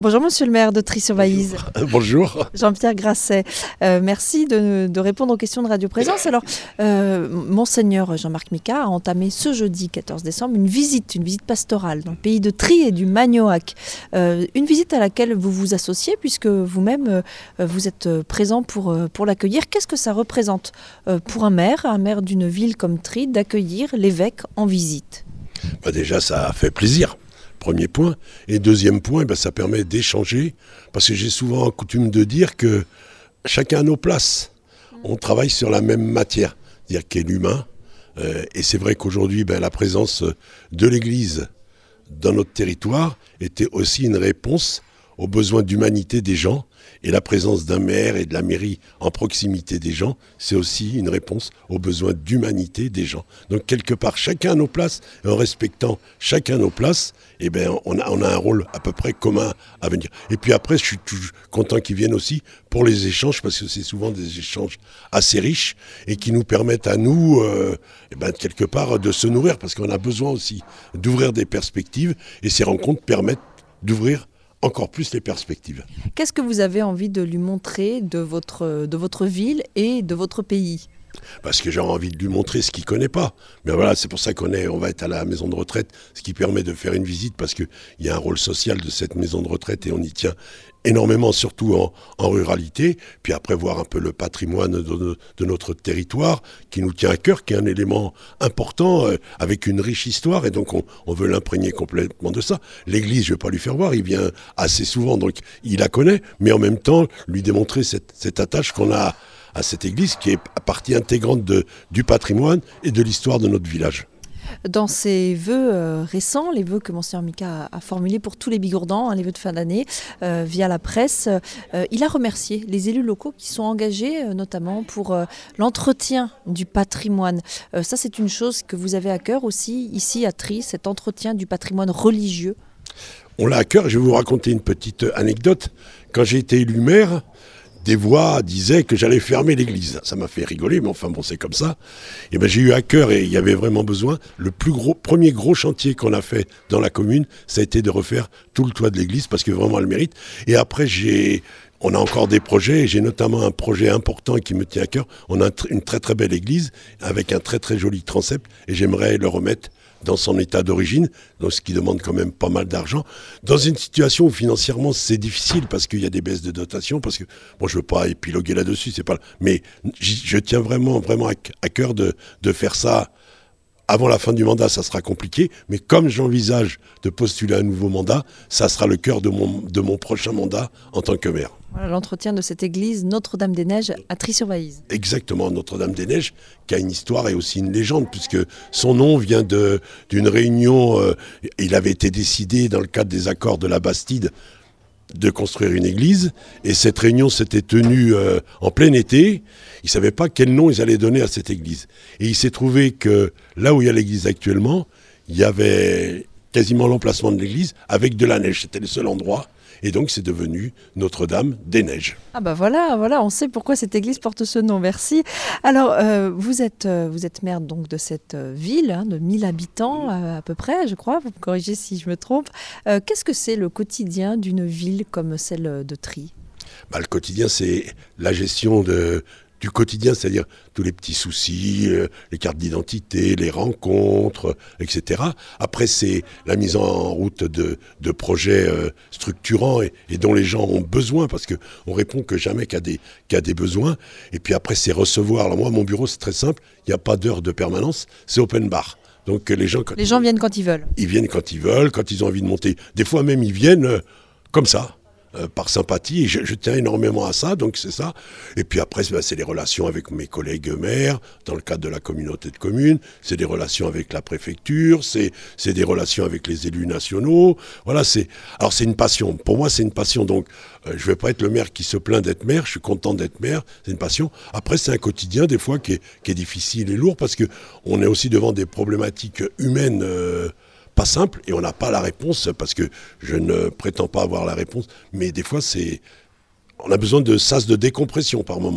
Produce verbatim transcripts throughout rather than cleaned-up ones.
Bonjour Monsieur le maire de Trie-sur-Baïse. Bonjour. Jean-Pierre Grasset. Euh, merci de, de répondre aux questions de Radio Présence. Alors, euh, Monseigneur Jean-Marc Micas a entamé ce jeudi quatorze décembre une visite, une visite pastorale dans le pays de Trie et du Magnoac. Euh, une visite à laquelle vous vous associez puisque vous-même euh, vous êtes présent pour, pour l'accueillir. Qu'est-ce que ça représente euh, pour un maire, un maire d'une ville comme Trie, d'accueillir l'évêque en visite ? Bah déjà, ça fait plaisir. Premier point. Et deuxième point, ben, ça permet d'échanger, parce que j'ai souvent coutume de dire que chacun a nos places. On travaille sur la même matière, c'est-à-dire qu'est l'humain. Euh, et c'est vrai qu'aujourd'hui, ben, la présence de l'Église dans notre territoire était aussi une réponse aux besoins d'humanité des gens. Et la présence d'un maire et de la mairie en proximité des gens, c'est aussi une réponse aux besoins d'humanité des gens. Donc quelque part, chacun a nos places, et en respectant chacun nos places, eh ben, on a, on a un rôle à peu près commun à venir. Et puis après, je suis toujours content qu'ils viennent aussi pour les échanges, parce que c'est souvent des échanges assez riches et qui nous permettent à nous, euh, eh ben, quelque part, de se nourrir, parce qu'on a besoin aussi d'ouvrir des perspectives, et ces rencontres permettent d'ouvrir encore plus les perspectives. Qu'est-ce que vous avez envie de lui montrer de votre, de votre ville et de votre pays ? Parce que j'ai envie de lui montrer ce qu'il ne connaît pas. Mais voilà, c'est pour ça qu'on est, on va être à la maison de retraite, ce qui permet de faire une visite, parce qu'il y a un rôle social de cette maison de retraite et on y tient énormément, surtout en, en ruralité. Puis après, voir un peu le patrimoine de, de, de notre territoire, qui nous tient à cœur, qui est un élément important, euh, avec une riche histoire, et donc on, on veut l'imprégner complètement de ça. L'église, je ne vais pas lui faire voir, il vient assez souvent, donc il la connaît, mais en même temps, lui démontrer cette, cette attache qu'on a à cette église, qui est partie intégrante de, du patrimoine et de l'histoire de notre village. Dans ses vœux euh, récents, les vœux que Monseigneur Micas a, a formulés pour tous les Bigourdans, hein, les vœux de fin d'année, euh, via la presse, euh, il a remercié les élus locaux qui sont engagés euh, notamment pour euh, l'entretien du patrimoine. Euh, ça, c'est une chose que vous avez à cœur aussi, ici à Trie, cet entretien du patrimoine religieux. On l'a à cœur. Je vais vous raconter une petite anecdote. Quand j'ai été élu maire, des voix disaient que j'allais fermer l'église. Ça m'a fait rigoler, mais enfin bon, c'est comme ça. Et ben j'ai eu à cœur, et il y avait vraiment besoin, le plus gros, premier gros chantier qu'on a fait dans la commune, ça a été de refaire tout le toit de l'église, parce que vraiment elle mérite. Et après, j'ai, on a encore des projets, et j'ai notamment un projet important qui me tient à cœur. On a une très très belle église, avec un très très joli transept, et j'aimerais le remettre dans son état d'origine, donc ce qui demande quand même pas mal d'argent, dans une situation où financièrement c'est difficile, parce qu'il y a des baisses de dotation, parce que, bon, je veux pas épiloguer là-dessus, c'est pas, mais je tiens vraiment, vraiment à, à cœur de, de faire ça. Avant la fin du mandat, ça sera compliqué, mais comme j'envisage de postuler un nouveau mandat, ça sera le cœur de mon, de mon prochain mandat en tant que maire. Voilà l'entretien de cette église Notre-Dame-des-Neiges à Trie-sur-Baïse. Exactement, Notre-Dame-des-Neiges, qui a une histoire et aussi une légende, puisque son nom vient de, d'une réunion, euh, il avait été décidé dans le cadre des accords de la Bastide de construire une église, et cette réunion s'était tenue euh, en plein été. Ils ne savaient pas quel nom ils allaient donner à cette église. Et il s'est trouvé que là où il y a l'église actuellement, il y avait quasiment l'emplacement de l'église avec de la neige. C'était le seul endroit. Et donc c'est devenu Notre-Dame-des-Neiges. Ah bah voilà, voilà, on sait pourquoi cette église porte ce nom, merci. Alors euh, vous, êtes, euh, vous êtes maire donc de cette euh, ville, hein, de mille habitants euh, à peu près, je crois, vous me corrigez si je me trompe. Euh, qu'est-ce que c'est le quotidien d'une ville comme celle de Trie ? Bah, le quotidien, c'est la gestion de... du quotidien, c'est-à-dire tous les petits soucis, euh, les cartes d'identité, les rencontres, et cetera. Après, c'est la mise en route de, de projets euh, structurants et, et dont les gens ont besoin, parce qu'on répond que jamais qu'à des, qu'à des besoins. Et puis après, c'est recevoir. Alors moi, mon bureau, c'est très simple. Il n'y a pas d'heure de permanence. C'est open bar. Donc les gens... Les gens viennent quand ils veulent. Ils viennent quand ils veulent, quand ils ont envie de monter. Des fois même, ils viennent euh, comme ça. Euh, par sympathie, et je, je tiens énormément à ça, donc c'est ça. Et puis après, c'est, ben, c'est les relations avec mes collègues maires, dans le cadre de la communauté de communes, c'est des relations avec la préfecture, c'est, c'est des relations avec les élus nationaux. Voilà, c'est, alors c'est une passion. Pour moi, c'est une passion, donc euh, je vais pas être le maire qui se plaint d'être maire, je suis content d'être maire, c'est une passion. Après, c'est un quotidien, des fois, qui est, qui est difficile et lourd, parce que on est aussi devant des problématiques humaines euh, pas simple, et on n'a pas la réponse, parce que je ne prétends pas avoir la réponse, mais des fois c'est, on a besoin de sas de décompression par moment.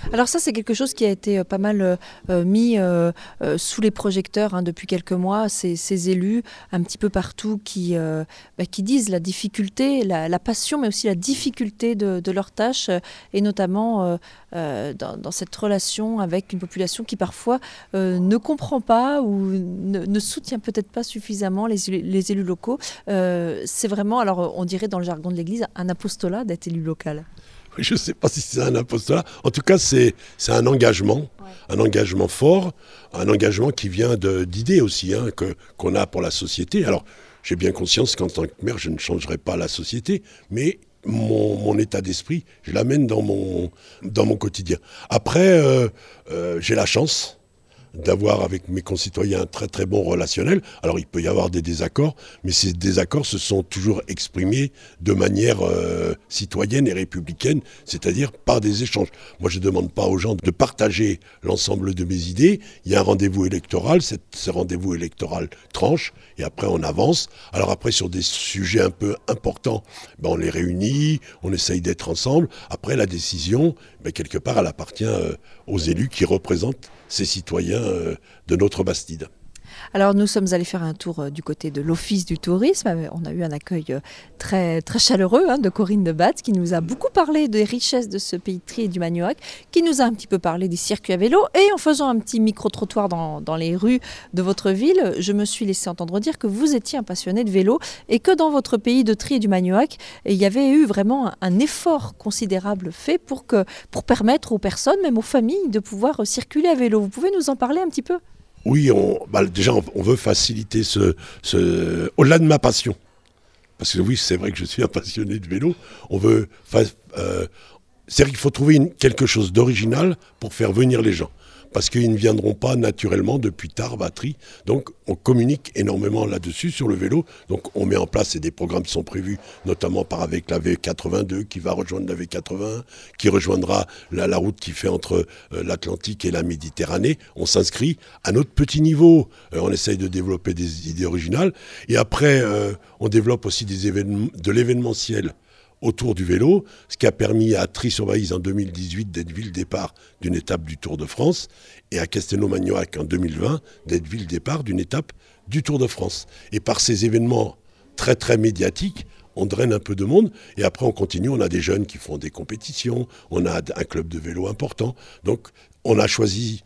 Alors ça, c'est quelque chose qui a été euh, pas mal euh, mis euh, euh, sous les projecteurs hein, depuis quelques mois. Ces, ces élus un petit peu partout qui, euh, bah, qui disent la difficulté, la, la passion, mais aussi la difficulté de, de leur tâche, euh, et notamment euh, euh, dans, dans cette relation avec une population qui parfois euh, ne comprend pas ou ne, ne soutient peut-être pas suffisamment les, les élus locaux. Euh, c'est vraiment, alors on dirait dans le jargon de l'Église, un apostolat d'être élu local. Je ne sais pas si c'est un apostolat. En tout cas, c'est, c'est un engagement, ouais. un engagement fort, un engagement qui vient de, d'idées aussi, hein, que, qu'on a pour la société. Alors, j'ai bien conscience qu'en tant que maire, je ne changerai pas la société, mais mon, mon état d'esprit, je l'amène dans mon, dans mon quotidien. Après, euh, euh, j'ai la chance d'avoir avec mes concitoyens un très très bon relationnel. Alors il peut y avoir des désaccords, mais ces désaccords se sont toujours exprimés de manière euh, citoyenne et républicaine, c'est-à-dire par des échanges. Moi je ne demande pas aux gens de partager l'ensemble de mes idées, il y a un rendez-vous électoral, cette, ce rendez-vous électoral tranche, et après on avance. Alors après sur des sujets un peu importants, ben, on les réunit, on essaye d'être ensemble. Après la décision, ben, quelque part elle appartient euh, aux élus qui représentent ces citoyens de notre Bastide. Alors nous sommes allés faire un tour du côté de l'Office du tourisme. On a eu un accueil très, très chaleureux hein, de Corinne de Batz qui nous a beaucoup parlé des richesses de ce pays de Trie et du Magnoac, qui nous a un petit peu parlé des circuits à vélo. Et en faisant un petit micro-trottoir dans, dans les rues de votre ville, je me suis laissé entendre dire que vous étiez un passionné de vélo et que dans votre pays de Trie et du Magnoac, il y avait eu vraiment un, un effort considérable fait pour, que, pour permettre aux personnes, même aux familles, de pouvoir circuler à vélo. Vous pouvez nous en parler un petit peu ? Oui, on, bah déjà, on, on veut faciliter ce, ce... Au-delà de ma passion, parce que oui, c'est vrai que je suis un passionné de vélo, on veut... Euh, c'est-à-dire qu'il faut trouver une, quelque chose d'original pour faire venir les gens. Parce qu'ils ne viendront pas naturellement depuis Tarbes à Trie. Donc on communique énormément là-dessus sur le vélo. Donc on met en place, et des programmes sont prévus, notamment par avec la V quatre-vingt-deux qui va rejoindre la V quatre-vingt-un, qui rejoindra la, la route qui fait entre euh, l'Atlantique et la Méditerranée. On s'inscrit à notre petit niveau. Euh, on essaye de développer des idées originales. Et après, euh, on développe aussi des événements, de l'événementiel autour du vélo, ce qui a permis à Trie-sur-Baïse en deux mille dix-huit d'être ville-départ d'une étape du Tour de France et à Castelnau-Magnoac en deux mille vingt d'être ville-départ d'une étape du Tour de France. Et par ces événements très très médiatiques, on draine un peu de monde et après on continue, on a des jeunes qui font des compétitions, on a un club de vélo important. Donc on a choisi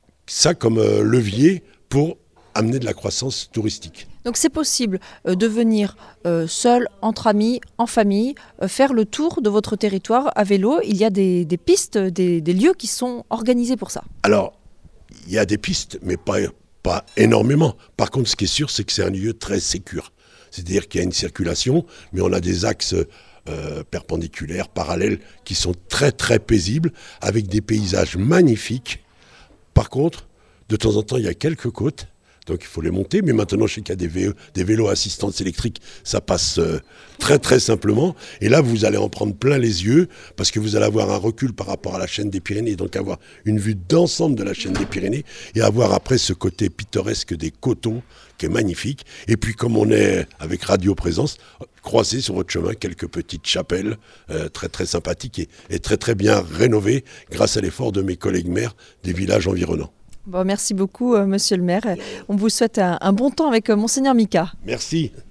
ça comme euh, levier pour amener de la croissance touristique. Donc c'est possible euh, de venir euh, seul, entre amis, en famille, euh, faire le tour de votre territoire à vélo. Il y a des, des pistes, des, des lieux qui sont organisés pour ça. Alors, il y a des pistes, mais pas, pas énormément. Par contre, ce qui est sûr, c'est que c'est un lieu très sécure. C'est-à-dire qu'il y a une circulation, mais on a des axes euh, perpendiculaires, parallèles, qui sont très très paisibles, avec des paysages magnifiques. Par contre, de temps en temps, il y a quelques côtes. Donc il faut les monter, mais maintenant je sais qu'il y a des, vé- des vélos à assistance électrique, ça passe euh, très très simplement. Et là vous allez en prendre plein les yeux, parce que vous allez avoir un recul par rapport à la chaîne des Pyrénées, donc avoir une vue d'ensemble de la chaîne des Pyrénées, et avoir après ce côté pittoresque des coteaux, qui est magnifique. Et puis comme on est avec Radio Présence, croisez sur votre chemin quelques petites chapelles euh, très très sympathiques et, et très très bien rénovées, grâce à l'effort de mes collègues maires des villages environnants. Bon, merci beaucoup, euh, monsieur le maire. On vous souhaite un, un bon temps avec euh, Monseigneur Mika. Merci.